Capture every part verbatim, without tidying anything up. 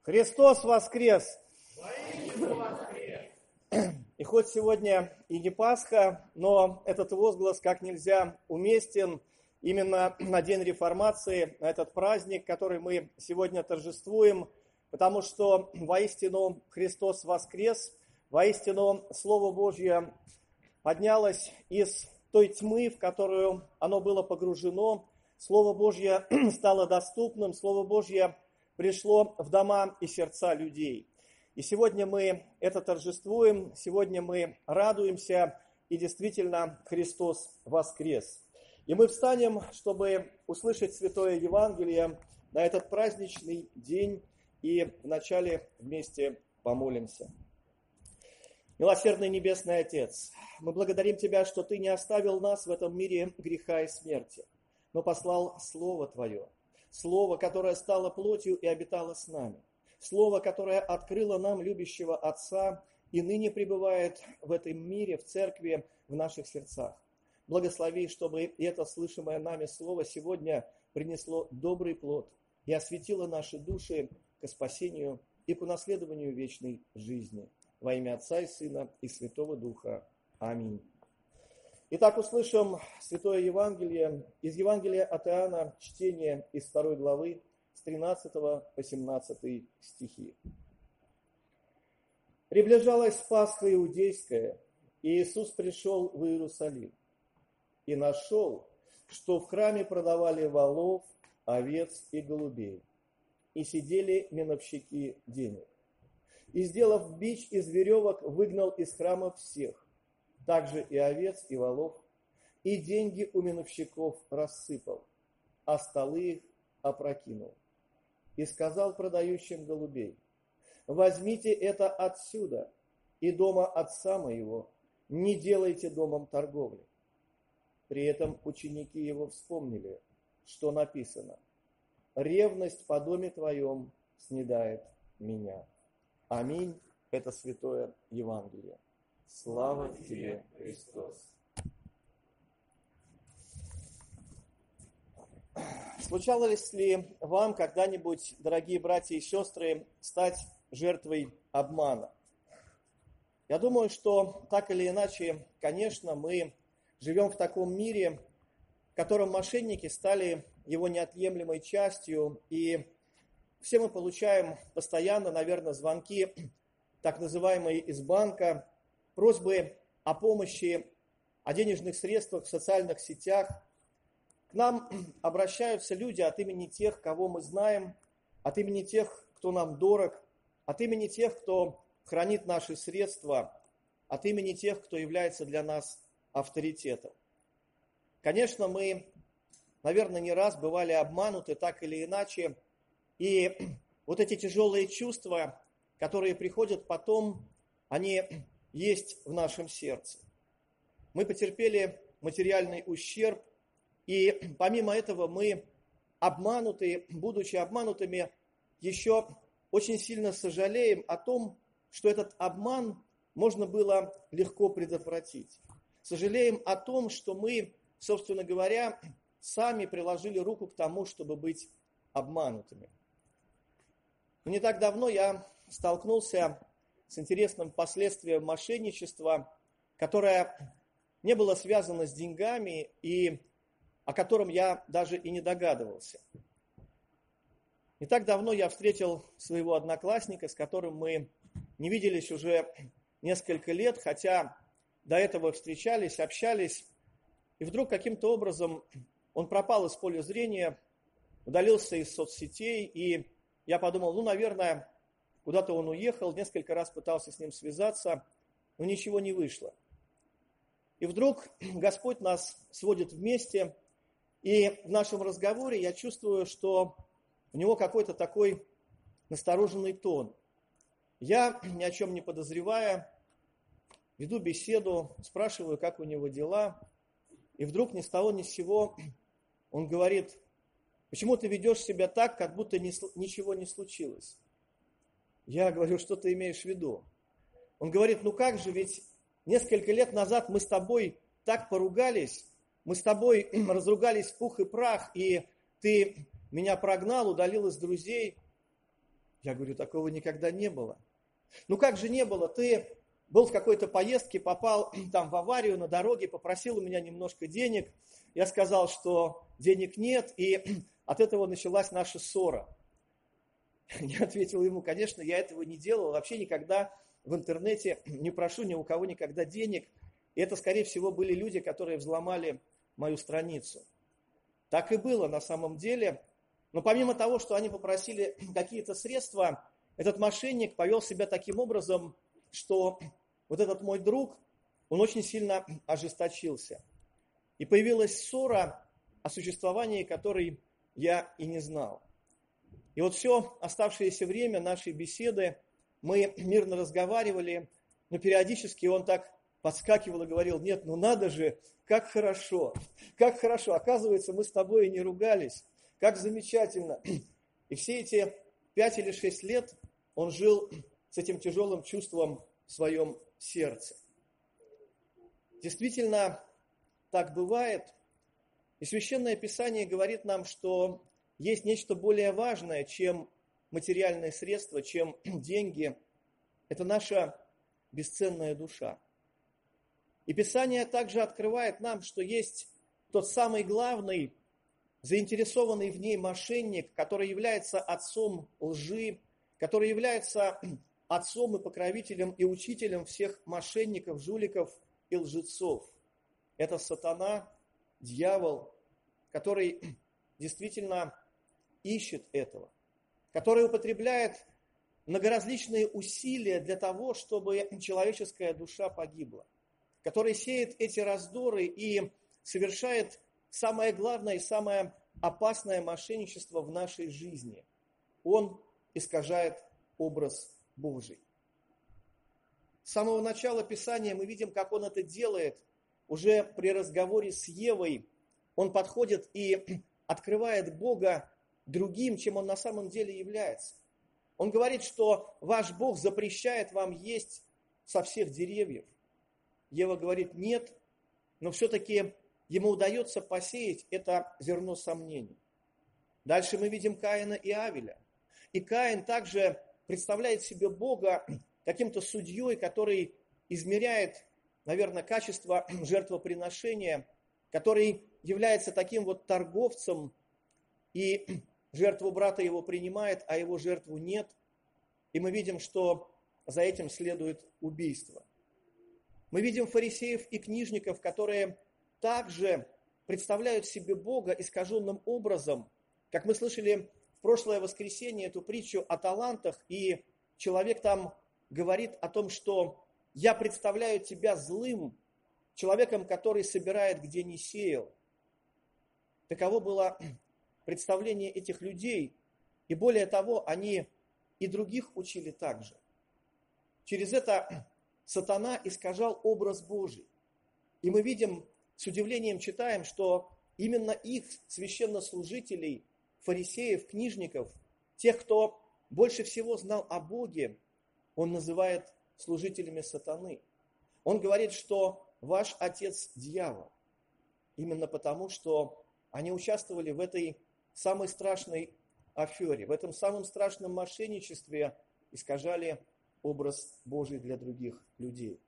Христос воскрес! Воистину воскрес! И хоть сегодня и не Пасха, но этот возглас как нельзя уместен именно на День Реформации, на этот праздник, который мы сегодня торжествуем, потому что воистину Христос воскрес, воистину Слово Божье поднялось из той тьмы, в которую оно было погружено. Слово Божье стало доступным, Слово Божье пришло в дома и сердца людей. И сегодня мы это торжествуем, сегодня мы радуемся, и действительно Христос воскрес. И мы встанем, чтобы услышать Святое Евангелие на этот праздничный день, и вначале вместе помолимся. Милосердный Небесный Отец, мы благодарим Тебя, что Ты не оставил нас в этом мире греха и смерти, но послал Слово Твое, Слово, которое стало плотью и обитало с нами, Слово, которое открыло нам любящего Отца и ныне пребывает в этом мире, в церкви, в наших сердцах. Благослови, чтобы это слышимое нами Слово сегодня принесло добрый плод и осветило наши души к спасению и к унаследованию вечной жизни. Во имя Отца и Сына и Святого Духа. Аминь. Итак, услышим Святое Евангелие из Евангелия от Иоанна, чтение из второй главы, с тринадцатого по семнадцатый стихи. Приближалась Пасха иудейская, и Иисус пришел в Иерусалим и нашел, что в храме продавали волов, овец и голубей, и сидели миновщики денег. И, сделав бич из веревок, выгнал из храма всех, также и овец, и волов, и деньги у миновщиков рассыпал, а столы их опрокинул. И сказал продающим голубей: возьмите это отсюда, и дома отца моего не делайте домом торговли. При этом ученики его вспомнили, что написано: ревность по доме твоем снедает меня. Аминь. Это Святое Евангелие. Слава тебе, Христос. Случалось ли вам когда-нибудь, дорогие братья и сестры, стать жертвой обмана? Я думаю, что так или иначе, конечно, мы живем в таком мире, в котором мошенники стали его неотъемлемой частью, и все мы получаем постоянно, наверное, звонки, так называемые из банка, просьбы о помощи, о денежных средствах в социальных сетях. К нам обращаются люди от имени тех, кого мы знаем, от имени тех, кто нам дорог, от имени тех, кто хранит наши средства, от имени тех, кто является для нас авторитетом. Конечно, мы, наверное, не раз бывали обмануты так или иначе, и вот эти тяжелые чувства, которые приходят потом, они есть в нашем сердце. Мы потерпели материальный ущерб, и помимо этого мы, обманутые, будучи обманутыми, еще очень сильно сожалеем о том, что этот обман можно было легко предотвратить. Сожалеем о том, что мы, собственно говоря, сами приложили руку к тому, чтобы быть обманутыми. Но не так давно я столкнулся с интересным последствием мошенничества, которое не было связано с деньгами и о котором я даже и не догадывался. Не так давно я встретил своего одноклассника, с которым мы не виделись уже несколько лет, хотя до этого встречались, общались, и вдруг каким-то образом он пропал из поля зрения, удалился из соцсетей, и я подумал, ну, наверное, куда-то он уехал, несколько раз пытался с ним связаться, но ничего не вышло. И вдруг Господь нас сводит вместе, и в нашем разговоре я чувствую, что у него какой-то такой настороженный тон. Я, ни о чем не подозревая, веду беседу, спрашиваю, как у него дела, и вдруг ни с того ни с сего он говорит: почему ты ведешь себя так, как будто ничего не случилось? Я говорю: что ты имеешь в виду? Он говорит: ну как же, ведь несколько лет назад мы с тобой так поругались, мы с тобой разругались в пух и прах, и ты меня прогнал, удалил из друзей. Я говорю, такого никогда не было. Ну как же не было? Ты был в какой-то поездке, попал там в аварию на дороге, попросил у меня немножко денег. Я сказал, что денег нет, и от этого началась наша ссора. Я ответил ему, конечно, я этого не делал, вообще никогда в интернете не прошу ни у кого никогда денег. И это, скорее всего, были люди, которые взломали мою страницу. Так и было на самом деле. Но помимо того, что они попросили какие-то средства, этот мошенник повел себя таким образом, что вот этот мой друг, он очень сильно ожесточился. И появилась ссора, о существовании которой я и не знал. И вот все оставшееся время нашей беседы мы мирно разговаривали, но периодически он так подскакивал и говорил, нет, ну надо же, как хорошо, как хорошо, оказывается, мы с тобой и не ругались, как замечательно. И все эти пять или шесть лет он жил с этим тяжелым чувством в своем сердце. Действительно, так бывает. И Священное Писание говорит нам, что есть нечто более важное, чем материальные средства, чем деньги. Это наша бесценная душа. И Писание также открывает нам, что есть тот самый главный, заинтересованный в ней мошенник, который является отцом лжи, который является отцом и покровителем и учителем всех мошенников, жуликов и лжецов. Это сатана, дьявол, который действительно ищет этого, который употребляет многоразличные усилия для того, чтобы человеческая душа погибла, который сеет эти раздоры и совершает самое главное и самое опасное мошенничество в нашей жизни. Он искажает образ Божий. С самого начала Писания мы видим, как он это делает. Уже при разговоре с Евой он подходит и открывает Бога другим, чем он на самом деле является. Он говорит, что ваш Бог запрещает вам есть со всех деревьев. Ева говорит, нет, но все-таки ему удается посеять это зерно сомнений. Дальше мы видим Каина и Авеля. И Каин также представляет себе Бога каким-то судьей, который измеряет, наверное, качество жертвоприношения, который является таким вот торговцем, и жертву брата его принимает, а его жертву нет. И мы видим, что за этим следует убийство. Мы видим фарисеев и книжников, которые также представляют себе Бога искаженным образом. Как мы слышали в прошлое воскресенье эту притчу о талантах, и человек там говорит о том, что я представляю тебя злым, человеком, который собирает, где не сеял. Таково было представление этих людей. И более того, они и других учили также. Через это сатана искажал образ Божий. И мы видим, с удивлением читаем, что именно их священнослужителей, фарисеев, книжников, тех, кто больше всего знал о Боге, он называет служителями сатаны. Он говорит, что ваш отец дьявол. Именно потому, что они участвовали в этой самой страшной афере, в этом самом страшном мошенничестве, искажали образ Божий для других людей.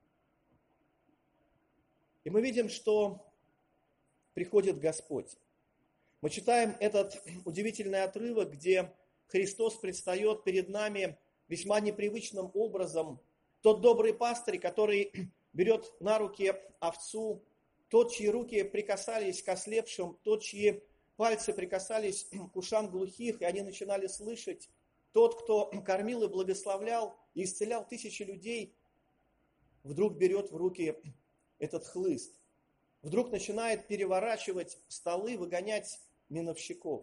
И мы видим, что приходит Господь. Мы читаем этот удивительный отрывок, где Христос предстает перед нами весьма непривычным образом. Тот добрый пастырь, который берет на руки овцу, тот, чьи руки прикасались к ослепшим, тот, чьи пальцы прикасались к ушам глухих, и они начинали слышать, тот, кто кормил и благословлял и исцелял тысячи людей, вдруг берет в руки этот хлыст, вдруг начинает переворачивать столы, выгонять миновщиков.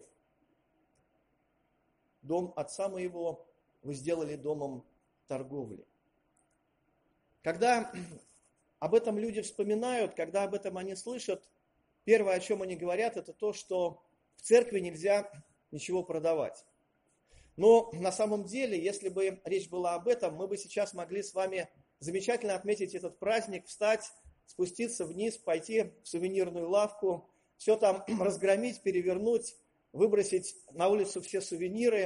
Дом отца моего вы сделали домом торговли. Когда об этом люди вспоминают, когда об этом они слышат, первое, о чем они говорят, это то, что в церкви нельзя ничего продавать. Но на самом деле, если бы речь была об этом, мы бы сейчас могли с вами замечательно отметить этот праздник, встать, спуститься вниз, пойти в сувенирную лавку, все там разгромить, перевернуть, выбросить на улицу все сувениры,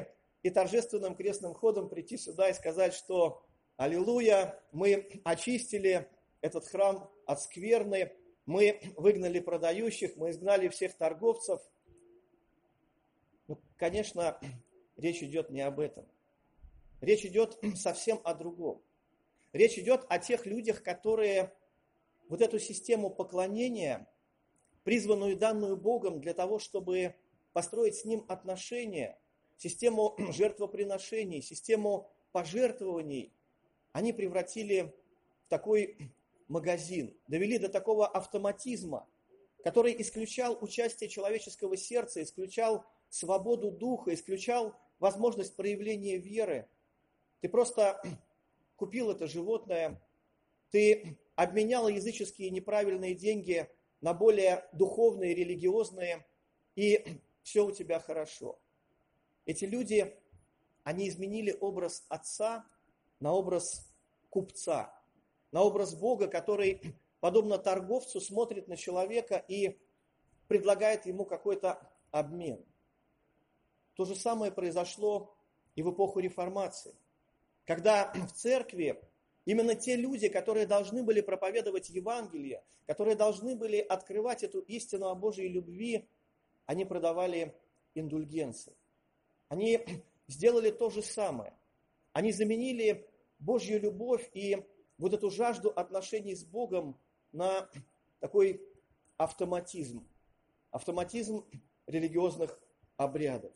и торжественным крестным ходом прийти сюда и сказать, что аллилуйя, мы очистили этот храм от скверны, мы выгнали продающих, мы изгнали всех торговцев. Ну, конечно, речь идет не об этом. Речь идет совсем о другом. Речь идет о тех людях, которые вот эту систему поклонения, призванную и данную Богом для того, чтобы построить с Ним отношения, систему жертвоприношений, систему пожертвований, они превратили в такой магазин, довели до такого автоматизма, который исключал участие человеческого сердца, исключал свободу духа, исключал возможность проявления веры. Ты просто купил это животное, ты обменял языческие неправильные деньги на более духовные, религиозные, и все у тебя хорошо. Эти люди, они изменили образ отца на образ купца, на образ Бога, который, подобно торговцу, смотрит на человека и предлагает ему какой-то обмен. То же самое произошло и в эпоху Реформации, когда в церкви именно те люди, которые должны были проповедовать Евангелие, которые должны были открывать эту истину о Божьей любви, они продавали индульгенции. Они сделали то же самое. Они заменили Божью любовь и вот эту жажду отношений с Богом на такой автоматизм. Автоматизм религиозных обрядов.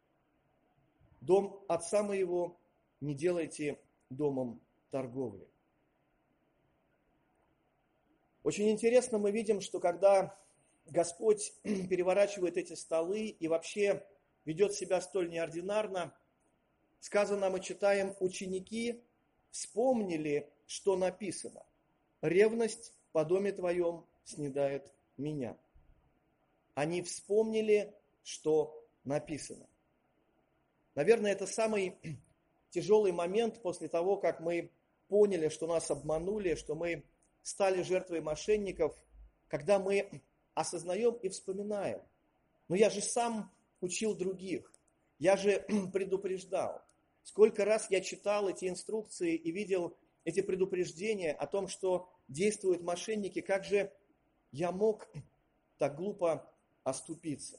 Дом отца моего не делайте домом торговли. Очень интересно мы видим, что когда Господь переворачивает эти столы и вообще ведет себя столь неординарно, сказано, мы читаем, ученики вспомнили, что написано. Ревность по доме твоем снедает меня. Они вспомнили, что написано. Наверное, это самый тяжелый момент после того, как мы поняли, что нас обманули, что мы стали жертвой мошенников, когда мы осознаем и вспоминаем. Но я же сам учил других, я же предупреждал. Сколько раз я читал эти инструкции и видел эти предупреждения о том, что действуют мошенники, как же я мог так глупо оступиться?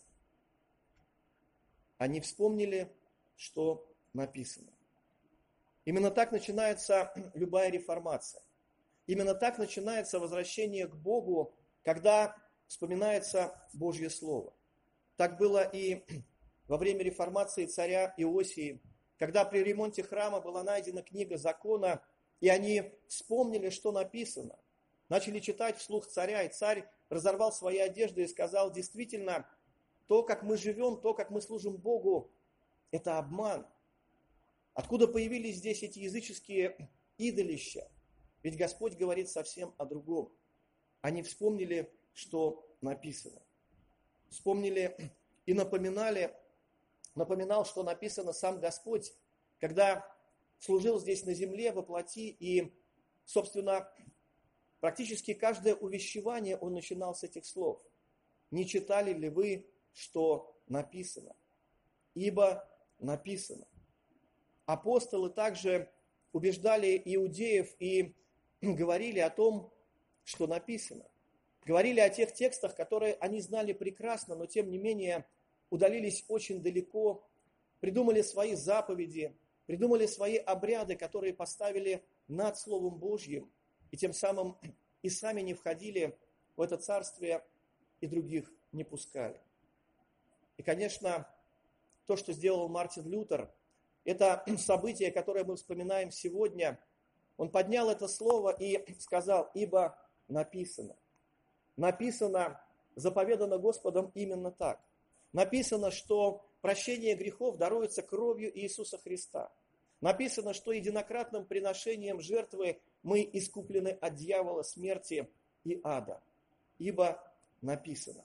Они вспомнили, что написано. Именно так начинается любая реформация. Именно так начинается возвращение к Богу, когда вспоминается Божье Слово. Так было и во время реформации царя Иосии, когда при ремонте храма была найдена книга закона, и они вспомнили, что написано. Начали читать вслух царя, и царь разорвал свои одежды и сказал, действительно, то, как мы живем, то, как мы служим Богу, это обман. Откуда появились здесь эти языческие идолища? Ведь Господь говорит совсем о другом. Они вспомнили, что написано. Вспомнили и напоминали, напоминал, что написано сам Господь, когда служил здесь на земле во плоти, и, собственно, практически каждое увещевание он начинал с этих слов. Не читали ли вы, что написано? Ибо написано. Апостолы также убеждали иудеев и говорили о том, что написано. Говорили о тех текстах, которые они знали прекрасно, но тем не менее удалились очень далеко, придумали свои заповеди, придумали свои обряды, которые поставили над Словом Божьим, и тем самым и сами не входили в это царствие, и других не пускали. И, конечно, то, что сделал Мартин Лютер, это событие, которое мы вспоминаем сегодня. Он поднял это слово и сказал, ибо написано. Написано, заповедано Господом именно так. Написано, что прощение грехов даруется кровью Иисуса Христа. Написано, что единократным приношением жертвы мы искуплены от дьявола, смерти и ада. Ибо написано.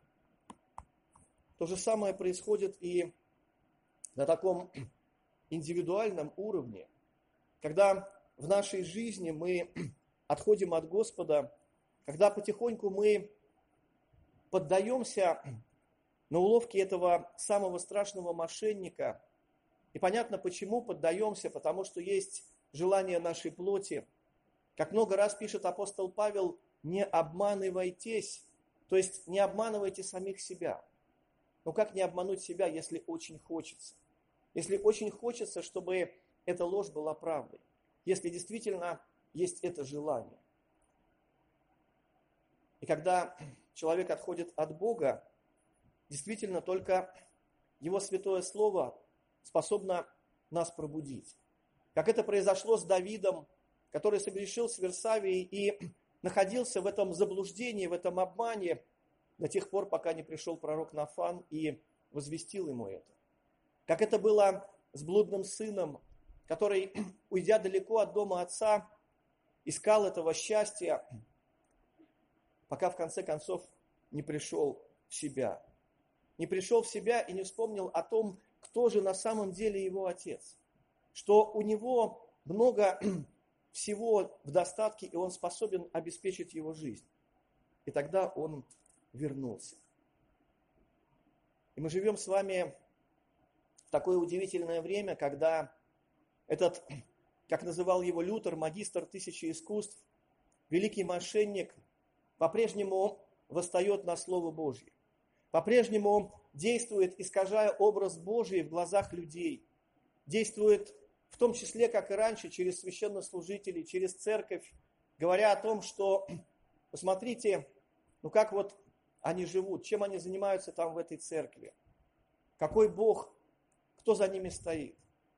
То же самое происходит и на таком индивидуальном уровне, когда в нашей жизни мы отходим от Господа, когда потихоньку мы поддаемся на уловки этого самого страшного мошенника, И понятно, почему поддаемся, потому что есть желание нашей плоти. Как много раз пишет апостол Павел, не обманывайтесь, то есть не обманывайте самих себя. Но как не обмануть себя, если очень хочется? Если очень хочется, чтобы эта ложь была правдой. Если действительно есть это желание. И когда человек отходит от Бога, действительно только Его Святое Слово способно нас пробудить. Как это произошло с Давидом, который согрешил с Версавией и находился в этом заблуждении, в этом обмане до тех пор, пока не пришел пророк Нафан и возвестил ему это. Как это было с блудным сыном, который, уйдя далеко от дома отца, искал этого счастья, пока в конце концов не пришел в себя. Не пришел в себя и не вспомнил о том, кто же на самом деле его отец. Что у него много всего в достатке, и он способен обеспечить его жизнь. И тогда он вернулся. И мы живем с вами в такое удивительное время, когда этот, как называл его Лютер, магистр тысячи искусств, великий мошенник, по-прежнему восстает на Слово Божье. По-прежнему действует, искажая образ Божий в глазах людей. Действует в том числе, как и раньше, через священнослужителей, через церковь, говоря о том, что, посмотрите, ну как вот они живут, чем они занимаются там в этой церкви, какой Бог, кто за ними стоит.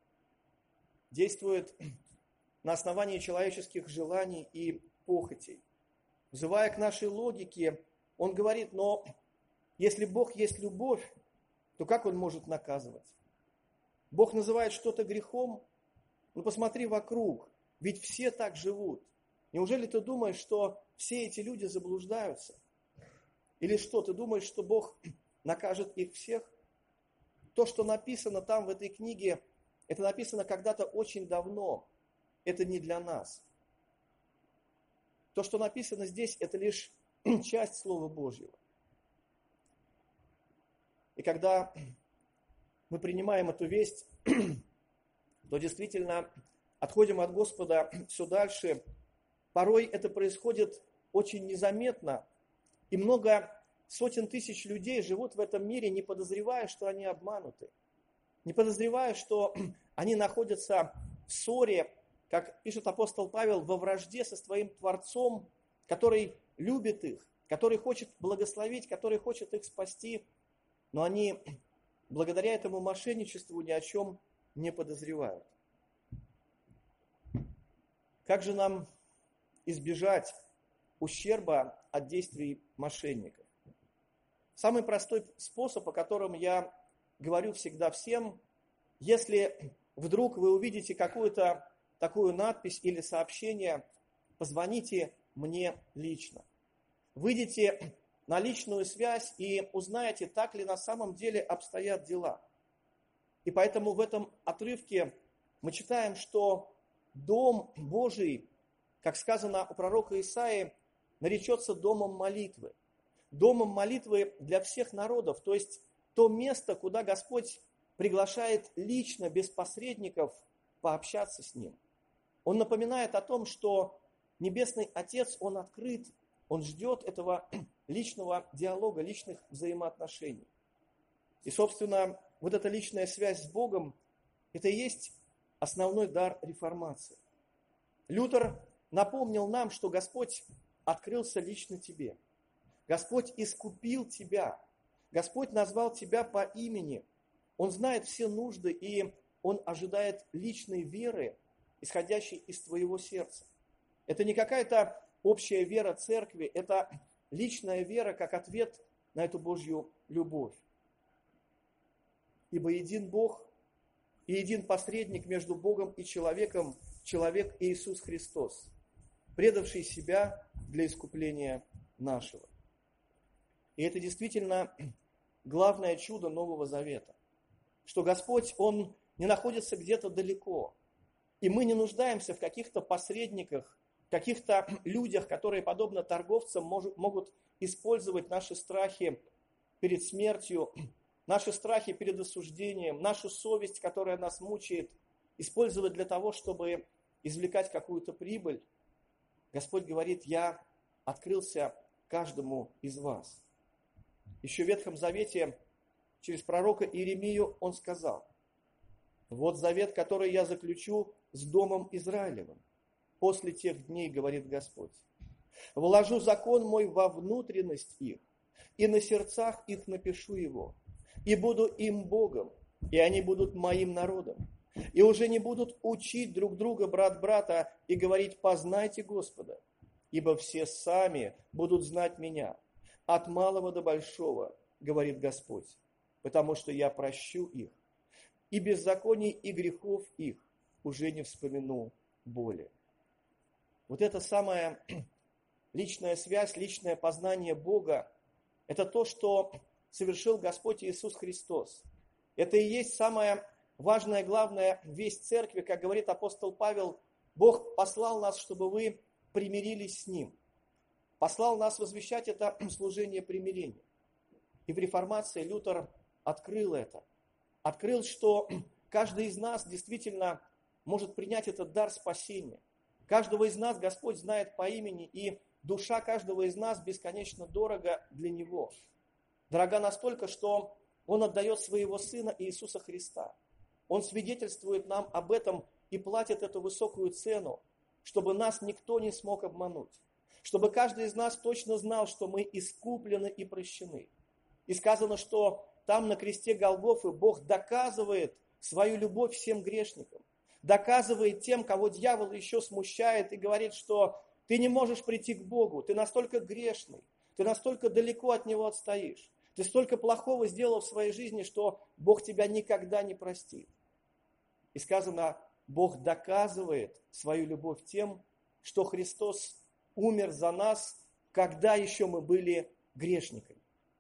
Действует на основании человеческих желаний и похотей. Взывая к нашей логике, он говорит, но если Бог есть любовь, то как Он может наказывать? Бог называет что-то грехом? Ну посмотри вокруг, ведь все так живут. Неужели ты думаешь, что все эти люди заблуждаются? Или что, ты думаешь, что Бог накажет их всех? То, что написано там в этой книге, это написано когда-то очень давно. Это не для нас. То, что написано здесь, это лишь часть Слова Божьего. И когда мы принимаем эту весть, то действительно отходим от Господа все дальше. Порой это происходит очень незаметно, и много сотен тысяч людей живут в этом мире, не подозревая, что они обмануты, не подозревая, что они находятся в ссоре, как пишет апостол Павел, во вражде со своим Творцом, который любит их, который хочет благословить, который хочет их спасти, но они благодаря этому мошенничеству ни о чем не подозревают. Как же нам избежать ущерба от действий мошенников? Самый простой способ, о котором я говорю всегда всем, если вдруг вы увидите какую-то такую надпись или сообщение, позвоните мне лично. Выйдите на личную связь и узнаете, так ли на самом деле обстоят дела. И поэтому в этом отрывке мы читаем, что Дом Божий, как сказано у пророка Исаии, наречется домом молитвы. Домом молитвы для всех народов, то есть то место, куда Господь приглашает лично, без посредников, пообщаться с Ним. Он напоминает о том, что Небесный Отец, Он открыт, Он ждет этого личного диалога, личных взаимоотношений. И, собственно, вот эта личная связь с Богом, это и есть основной дар реформации. Лютер напомнил нам, что Господь открылся лично тебе. Господь искупил тебя. Господь назвал тебя по имени. Он знает все нужды, и Он ожидает личной веры, исходящей из твоего сердца. Это не какая-то общая вера церкви, это личная вера как ответ на эту Божью любовь. Ибо един Бог и един посредник между Богом и человеком, человек Иисус Христос, предавший себя для искупления нашего. И это действительно главное чудо Нового Завета, что Господь, Он не находится где-то далеко, и мы не нуждаемся в каких-то посредниках, каких-то людях, которые, подобно торговцам, могут использовать наши страхи перед смертью, наши страхи перед осуждением, нашу совесть, которая нас мучает, использовать для того, чтобы извлекать какую-то прибыль, Господь говорит: я открылся каждому из вас. Еще в Ветхом Завете через пророка Иеремию он сказал: вот завет, который я заключу с домом Израилевым после тех дней, говорит Господь. Вложу закон мой во внутренность их, и на сердцах их напишу его, и буду им Богом, и они будут моим народом. И уже не будут учить друг друга, брат брата, и говорить: познайте Господа, ибо все сами будут знать меня, от малого до большого, говорит Господь, потому что я прощу их, и беззаконий и грехов их уже не вспомяну более. Вот это самая личная связь, личное познание Бога, это то, что совершил Господь Иисус Христос. Это и есть самая важная, главная весть церкви, как говорит апостол Павел: Бог послал нас, чтобы вы примирились с Ним. Послал нас возвещать это служение примирения. И в реформации Лютер открыл это. Открыл, что каждый из нас действительно может принять этот дар спасения. Каждого из нас Господь знает по имени, и душа каждого из нас бесконечно дорога для Него. Дорога настолько, что Он отдает своего Сына Иисуса Христа. Он свидетельствует нам об этом и платит эту высокую цену, чтобы нас никто не смог обмануть. Чтобы каждый из нас точно знал, что мы искуплены и прощены. И сказано, что там на кресте Голгофы Бог доказывает свою любовь всем грешникам. Доказывает тем, кого дьявол еще смущает и говорит, что ты не можешь прийти к Богу, ты настолько грешный, ты настолько далеко от Него отстоишь. Ты столько плохого сделал в своей жизни, что Бог тебя никогда не простит. И сказано, Бог доказывает свою любовь тем, что Христос умер за нас, когда еще мы были грешниками.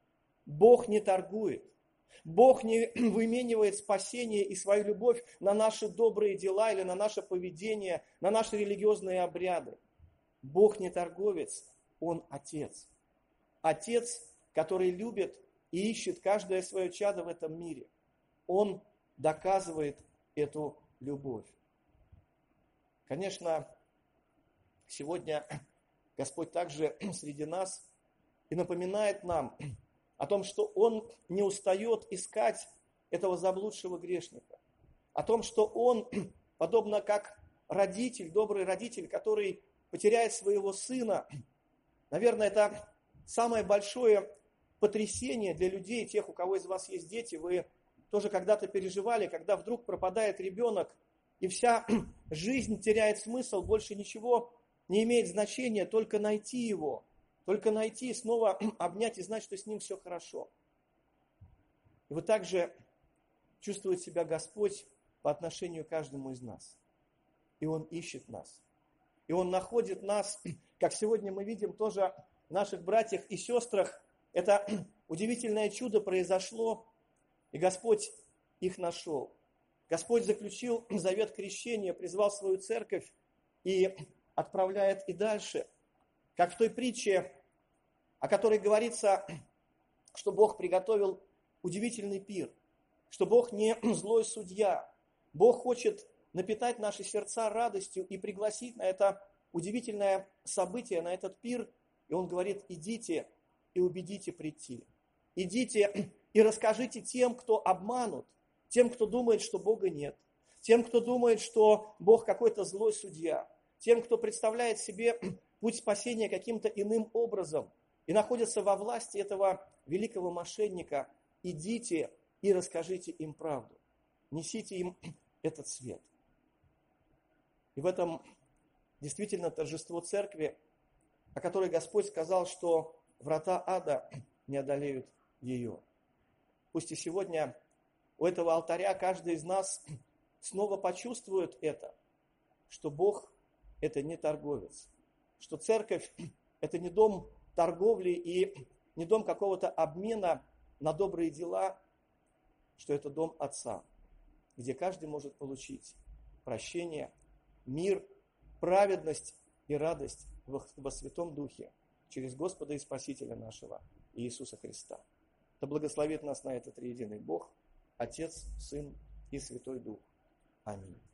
Бог не торгует. Бог не выменивает спасение и свою любовь на наши добрые дела или на наше поведение, на наши религиозные обряды. Бог не торговец, Он Отец. Отец, который любит и ищет каждое свое чадо в этом мире. Он доказывает эту любовь. Конечно, сегодня Господь также среди нас и напоминает нам о том, что Он не устает искать этого заблудшего грешника. О том, что Он, подобно как родитель, добрый родитель, который потеряет своего сына, наверное, это самое большое потрясение для людей, тех, у кого из вас есть дети. Вы тоже когда-то переживали, когда вдруг пропадает ребенок, и вся жизнь теряет смысл, больше ничего не имеет значения, только найти его, только найти, снова обнять и знать, что с ним все хорошо. И вот так же чувствует себя Господь по отношению к каждому из нас. И Он ищет нас. И Он находит нас, как сегодня мы видим тоже в наших братьях и сестрах. Это удивительное чудо произошло, и Господь их нашел. Господь заключил завет крещения, призвал свою церковь и отправляет и дальше. Как в той притче, о которой говорится, что Бог приготовил удивительный пир, что Бог не злой судья. Бог хочет напитать наши сердца радостью и пригласить на это удивительное событие, на этот пир. И Он говорит: идите и убедите прийти. Идите и расскажите тем, кто обманут, тем, кто думает, что Бога нет, тем, кто думает, что Бог какой-то злой судья, тем, кто представляет себе путь спасения каким-то иным образом и находится во власти этого великого мошенника. Идите и расскажите им правду. Несите им этот свет. И в этом действительно торжество церкви, о которой Господь сказал, что врата ада не одолеют ее. Пусть и сегодня у этого алтаря каждый из нас снова почувствует это, что Бог – это не торговец, что церковь – это не дом торговли и не дом какого-то обмена на добрые дела, что это дом Отца, где каждый может получить прощение, мир, праведность и радость во Святом Духе через Господа и Спасителя нашего Иисуса Христа. Да благословит нас на это триединый Бог, Отец, Сын и Святой Дух. Аминь.